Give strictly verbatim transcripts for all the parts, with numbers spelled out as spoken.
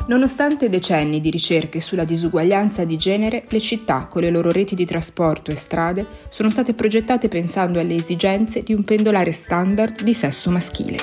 Nonostante decenni di ricerche sulla disuguaglianza di genere, le città, con le loro reti di trasporto e strade, sono state progettate pensando alle esigenze di un pendolare standard di sesso maschile.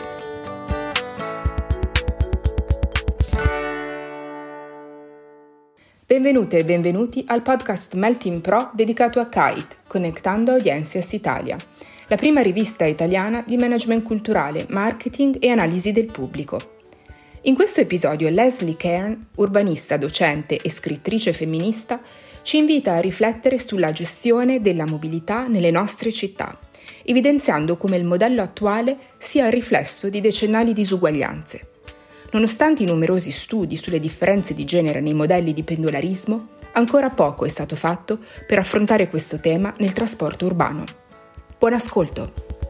Benvenute e benvenuti al podcast Melting Pro dedicato a Kite, Conectando Audiencias Italia, la prima rivista italiana di management culturale, marketing e analisi del pubblico. In questo episodio Leslie Cairn, urbanista, docente e scrittrice femminista, ci invita a riflettere sulla gestione della mobilità nelle nostre città, evidenziando come il modello attuale sia il riflesso di decennali disuguaglianze. Nonostante i numerosi studi sulle differenze di genere nei modelli di pendolarismo, ancora poco è stato fatto per affrontare questo tema nel trasporto urbano. Buon ascolto!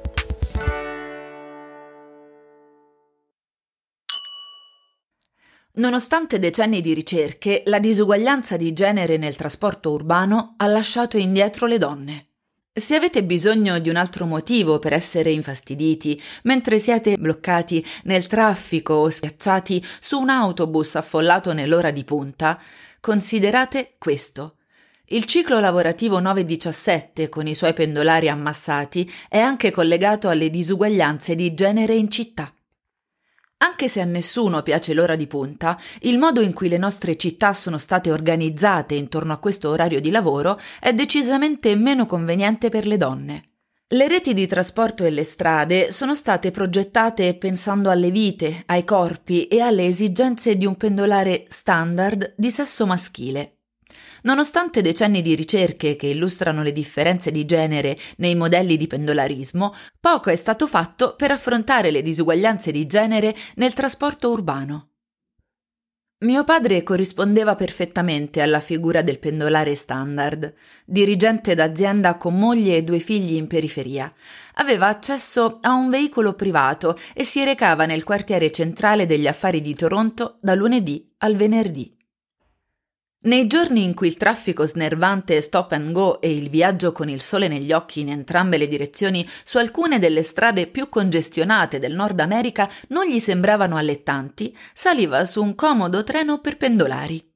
Nonostante decenni di ricerche, la disuguaglianza di genere nel trasporto urbano ha lasciato indietro le donne. Se avete bisogno di un altro motivo per essere infastiditi, mentre siete bloccati nel traffico o schiacciati su un autobus affollato nell'ora di punta, considerate questo. Il ciclo lavorativo nove diciassette, con i suoi pendolari ammassati, è anche collegato alle disuguaglianze di genere in città. Anche se a nessuno piace l'ora di punta, il modo in cui le nostre città sono state organizzate intorno a questo orario di lavoro è decisamente meno conveniente per le donne. Le reti di trasporto e le strade sono state progettate pensando alle vite, ai corpi e alle esigenze di un pendolare standard di sesso maschile. Nonostante decenni di ricerche che illustrano le differenze di genere nei modelli di pendolarismo, poco è stato fatto per affrontare le disuguaglianze di genere nel trasporto urbano. Mio padre corrispondeva perfettamente alla figura del pendolare standard, dirigente d'azienda con moglie e due figli in periferia. Aveva accesso a un veicolo privato e si recava nel quartiere centrale degli affari di Toronto da lunedì al venerdì. Nei giorni in cui il traffico snervante stop and go e il viaggio con il sole negli occhi in entrambe le direzioni su alcune delle strade più congestionate del Nord America non gli sembravano allettanti, saliva su un comodo treno per pendolari.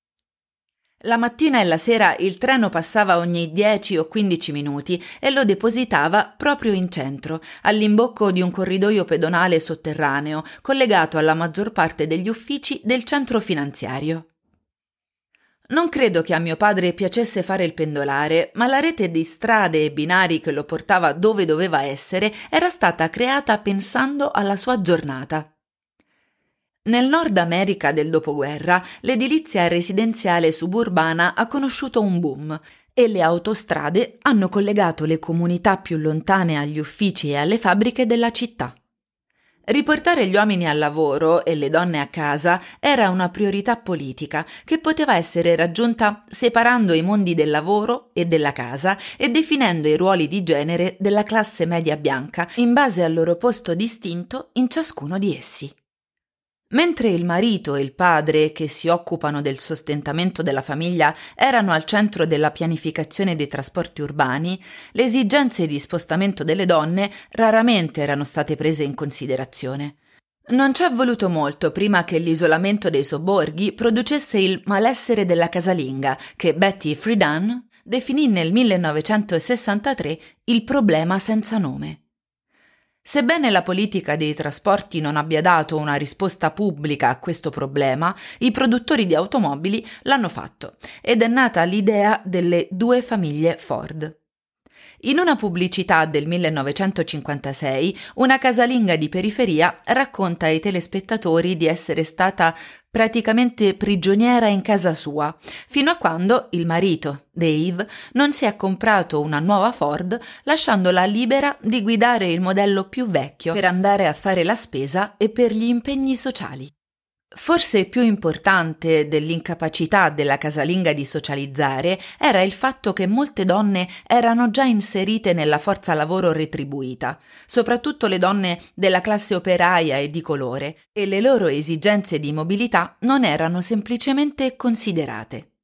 La mattina e la sera il treno passava ogni dieci o quindici minuti e lo depositava proprio in centro, all'imbocco di un corridoio pedonale sotterraneo collegato alla maggior parte degli uffici del centro finanziario. Non credo che a mio padre piacesse fare il pendolare, ma la rete di strade e binari che lo portava dove doveva essere era stata creata pensando alla sua giornata. Nel Nord America del dopoguerra, l'edilizia residenziale suburbana ha conosciuto un boom e le autostrade hanno collegato le comunità più lontane agli uffici e alle fabbriche della città. Riportare gli uomini al lavoro e le donne a casa era una priorità politica che poteva essere raggiunta separando i mondi del lavoro e della casa e definendo i ruoli di genere della classe media bianca in base al loro posto distinto in ciascuno di essi. Mentre il marito e il padre, che si occupano del sostentamento della famiglia, erano al centro della pianificazione dei trasporti urbani, le esigenze di spostamento delle donne raramente erano state prese in considerazione. Non ci è voluto molto prima che l'isolamento dei sobborghi producesse il malessere della casalinga, che Betty Friedan definì nel millenovecentosessantatré il problema senza nome. Sebbene la politica dei trasporti non abbia dato una risposta pubblica a questo problema, i produttori di automobili l'hanno fatto ed è nata l'idea delle due famiglie Ford. In una pubblicità del millenovecentocinquantasei, una casalinga di periferia racconta ai telespettatori di essere stata praticamente prigioniera in casa sua, fino a quando il marito, Dave, non si è comprato una nuova Ford, lasciandola libera di guidare il modello più vecchio per andare a fare la spesa e per gli impegni sociali. Forse più importante dell'incapacità della casalinga di socializzare era il fatto che molte donne erano già inserite nella forza lavoro retribuita, soprattutto le donne della classe operaia e di colore, e le loro esigenze di mobilità non erano semplicemente considerate.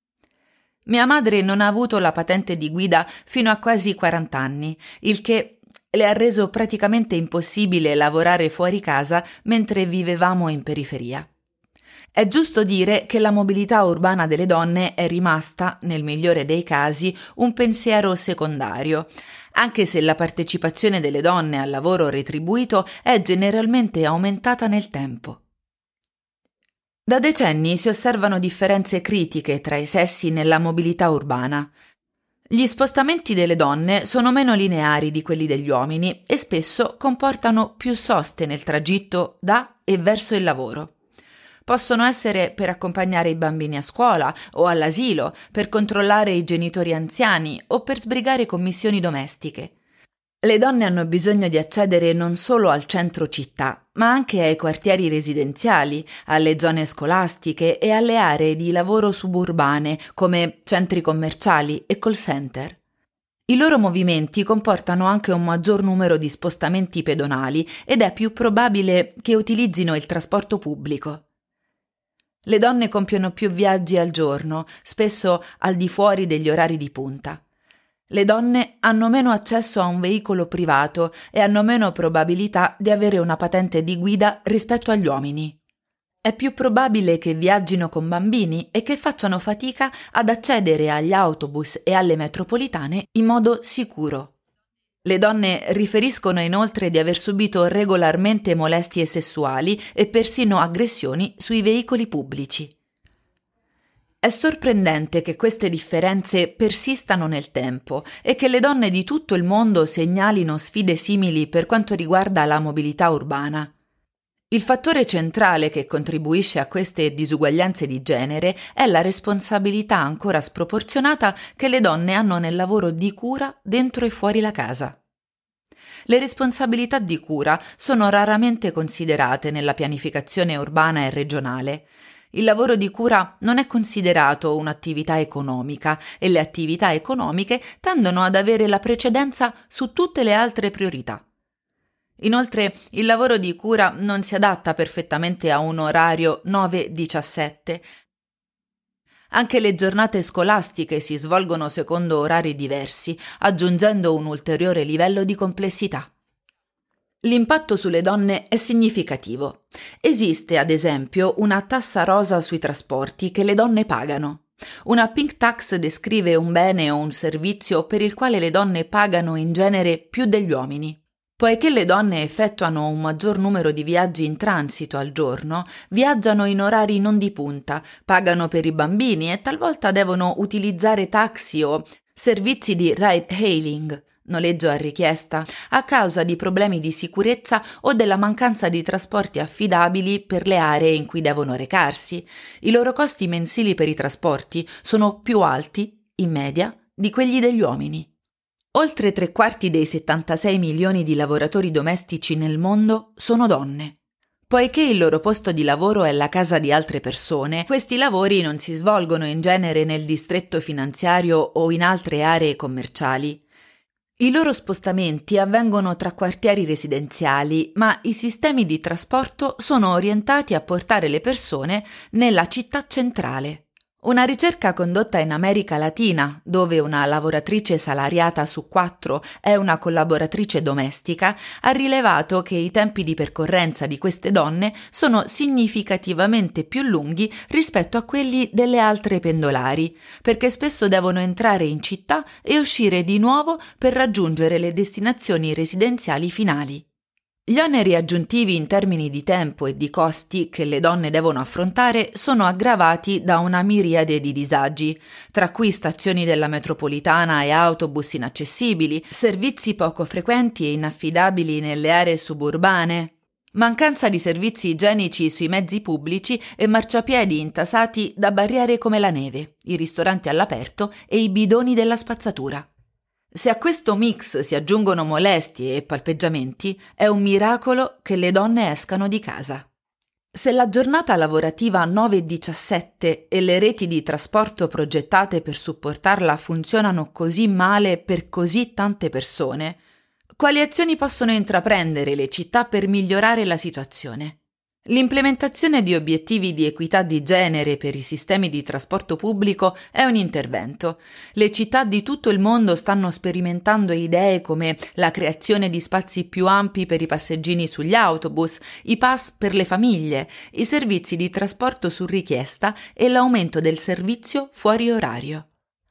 Mia madre non ha avuto la patente di guida fino a quasi quaranta anni, il che le ha reso praticamente impossibile lavorare fuori casa mentre vivevamo in periferia. È giusto dire che la mobilità urbana delle donne è rimasta, nel migliore dei casi, un pensiero secondario, anche se la partecipazione delle donne al lavoro retribuito è generalmente aumentata nel tempo. Da decenni si osservano differenze critiche tra i sessi nella mobilità urbana. Gli spostamenti delle donne sono meno lineari di quelli degli uomini e spesso comportano più soste nel tragitto da e verso il lavoro. Possono essere per accompagnare i bambini a scuola o all'asilo, per controllare i genitori anziani o per sbrigare commissioni domestiche. Le donne hanno bisogno di accedere non solo al centro città, ma anche ai quartieri residenziali, alle zone scolastiche e alle aree di lavoro suburbane come centri commerciali e call center. I loro movimenti comportano anche un maggior numero di spostamenti pedonali ed è più probabile che utilizzino il trasporto pubblico. Le donne compiono più viaggi al giorno, spesso al di fuori degli orari di punta. Le donne hanno meno accesso a un veicolo privato e hanno meno probabilità di avere una patente di guida rispetto agli uomini. È più probabile che viaggino con bambini e che facciano fatica ad accedere agli autobus e alle metropolitane in modo sicuro. Le donne riferiscono inoltre di aver subito regolarmente molestie sessuali e persino aggressioni sui veicoli pubblici. È sorprendente che queste differenze persistano nel tempo e che le donne di tutto il mondo segnalino sfide simili per quanto riguarda la mobilità urbana. Il fattore centrale che contribuisce a queste disuguaglianze di genere è la responsabilità ancora sproporzionata che le donne hanno nel lavoro di cura dentro e fuori la casa. Le responsabilità di cura sono raramente considerate nella pianificazione urbana e regionale. Il lavoro di cura non è considerato un'attività economica e le attività economiche tendono ad avere la precedenza su tutte le altre priorità. Inoltre, il lavoro di cura non si adatta perfettamente a un orario nove diciassette. Anche le giornate scolastiche si svolgono secondo orari diversi, aggiungendo un ulteriore livello di complessità. L'impatto sulle donne è significativo. Esiste, ad esempio, una tassa rosa sui trasporti che le donne pagano. Una pink tax descrive un bene o un servizio per il quale le donne pagano in genere più degli uomini. Poiché le donne effettuano un maggior numero di viaggi in transito al giorno, viaggiano in orari non di punta, pagano per i bambini e talvolta devono utilizzare taxi o servizi di ride-hailing, noleggio a richiesta, a causa di problemi di sicurezza o della mancanza di trasporti affidabili per le aree in cui devono recarsi. I loro costi mensili per i trasporti sono più alti, in media, di quelli degli uomini. Oltre tre quarti dei settantasei milioni di lavoratori domestici nel mondo sono donne. Poiché il loro posto di lavoro è la casa di altre persone, questi lavori non si svolgono in genere nel distretto finanziario o in altre aree commerciali. I loro spostamenti avvengono tra quartieri residenziali, ma i sistemi di trasporto sono orientati a portare le persone nella città centrale. Una ricerca condotta in America Latina, dove una lavoratrice salariata su quattro è una collaboratrice domestica, ha rilevato che i tempi di percorrenza di queste donne sono significativamente più lunghi rispetto a quelli delle altre pendolari, perché spesso devono entrare in città e uscire di nuovo per raggiungere le destinazioni residenziali finali. Gli oneri aggiuntivi in termini di tempo e di costi che le donne devono affrontare sono aggravati da una miriade di disagi, tra cui stazioni della metropolitana e autobus inaccessibili, servizi poco frequenti e inaffidabili nelle aree suburbane, mancanza di servizi igienici sui mezzi pubblici e marciapiedi intasati da barriere come la neve, i ristoranti all'aperto e i bidoni della spazzatura. Se a questo mix si aggiungono molestie e palpeggiamenti, è un miracolo che le donne escano di casa. Se la giornata lavorativa nove diciassette e le reti di trasporto progettate per supportarla funzionano così male per così tante persone, quali azioni possono intraprendere le città per migliorare la situazione? L'implementazione di obiettivi di equità di genere per i sistemi di trasporto pubblico è un intervento. Le città di tutto il mondo stanno sperimentando idee come la creazione di spazi più ampi per i passeggini sugli autobus, i pass per le famiglie, i servizi di trasporto su richiesta e l'aumento del servizio fuori orario.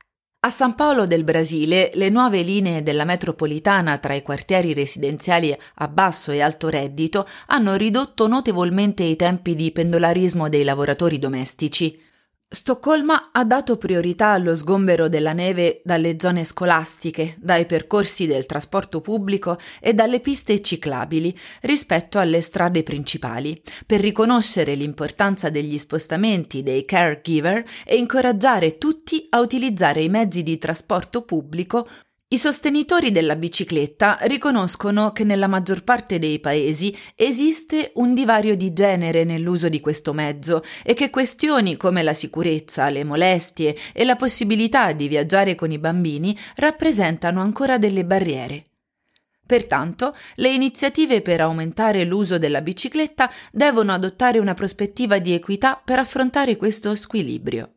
A San Paolo del Brasile, le nuove linee della metropolitana tra i quartieri residenziali a basso e alto reddito hanno ridotto notevolmente i tempi di pendolarismo dei lavoratori domestici. Stoccolma ha dato priorità allo sgombero della neve dalle zone scolastiche, dai percorsi del trasporto pubblico e dalle piste ciclabili rispetto alle strade principali, per riconoscere l'importanza degli spostamenti dei caregiver e incoraggiare tutti a utilizzare i mezzi di trasporto pubblico. I sostenitori della bicicletta riconoscono che nella maggior parte dei paesi esiste un divario di genere nell'uso di questo mezzo e che questioni come la sicurezza, le molestie e la possibilità di viaggiare con i bambini rappresentano ancora delle barriere. Pertanto, le iniziative per aumentare l'uso della bicicletta devono adottare una prospettiva di equità per affrontare questo squilibrio.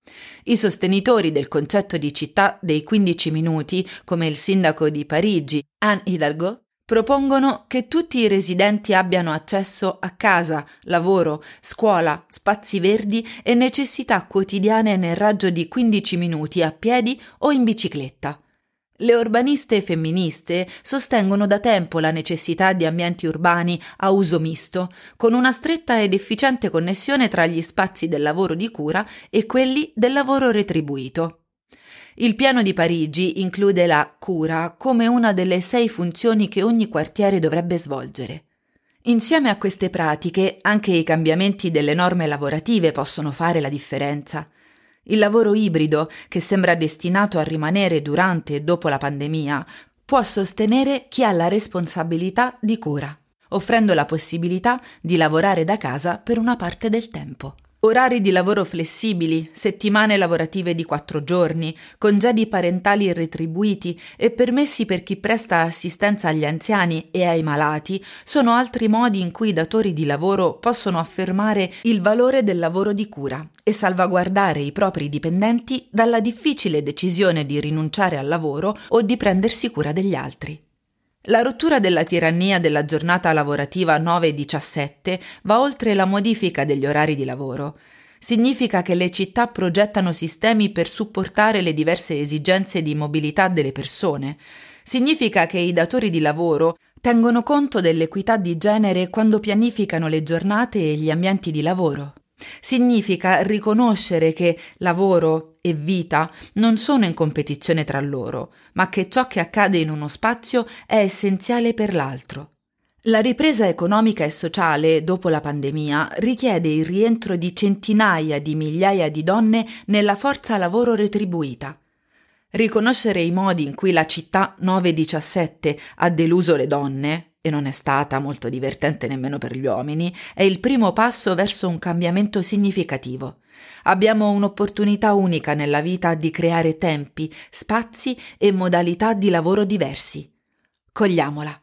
I sostenitori del concetto di città dei quindici minuti, come il sindaco di Parigi, Anne Hidalgo, propongono che tutti i residenti abbiano accesso a casa, lavoro, scuola, spazi verdi e necessità quotidiane nel raggio di quindici minuti a piedi o in bicicletta. Le urbaniste femministe sostengono da tempo la necessità di ambienti urbani a uso misto, con una stretta ed efficiente connessione tra gli spazi del lavoro di cura e quelli del lavoro retribuito. Il piano di Parigi include la cura come una delle sei funzioni che ogni quartiere dovrebbe svolgere. Insieme a queste pratiche, anche i cambiamenti delle norme lavorative possono fare la differenza. Il lavoro ibrido, che sembra destinato a rimanere durante e dopo la pandemia, può sostenere chi ha la responsabilità di cura, offrendo la possibilità di lavorare da casa per una parte del tempo. Orari di lavoro flessibili, settimane lavorative di quattro giorni, congedi parentali retribuiti e permessi per chi presta assistenza agli anziani e ai malati sono altri modi in cui i datori di lavoro possono affermare il valore del lavoro di cura e salvaguardare i propri dipendenti dalla difficile decisione di rinunciare al lavoro o di prendersi cura degli altri. La rottura della tirannia della giornata lavorativa nove diciassette va oltre la modifica degli orari di lavoro. Significa che le città progettano sistemi per supportare le diverse esigenze di mobilità delle persone. Significa che i datori di lavoro tengono conto dell'equità di genere quando pianificano le giornate e gli ambienti di lavoro. Significa riconoscere che lavoro e vita non sono in competizione tra loro, ma che ciò che accade in uno spazio è essenziale per l'altro. La ripresa economica e sociale dopo la pandemia richiede il rientro di centinaia di migliaia di donne nella forza lavoro retribuita. Riconoscere i modi in cui la città nove diciassette ha deluso le donne, e non è stata molto divertente nemmeno per gli uomini, è il primo passo verso un cambiamento significativo. Abbiamo un'opportunità unica nella vita di creare tempi, spazi e modalità di lavoro diversi. Cogliamola.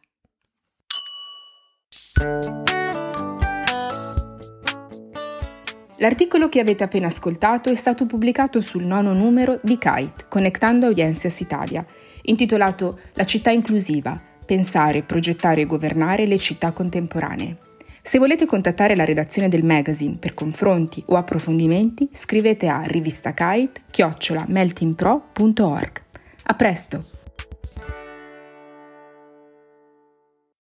L'articolo che avete appena ascoltato è stato pubblicato sul nono numero di Kite, Conectando Audiencias Italia, intitolato La città inclusiva, pensare, progettare e governare le città contemporanee. Se volete contattare la redazione del magazine per confronti o approfondimenti, scrivete a rivistakite chiocciola meltingpro punto org. A presto!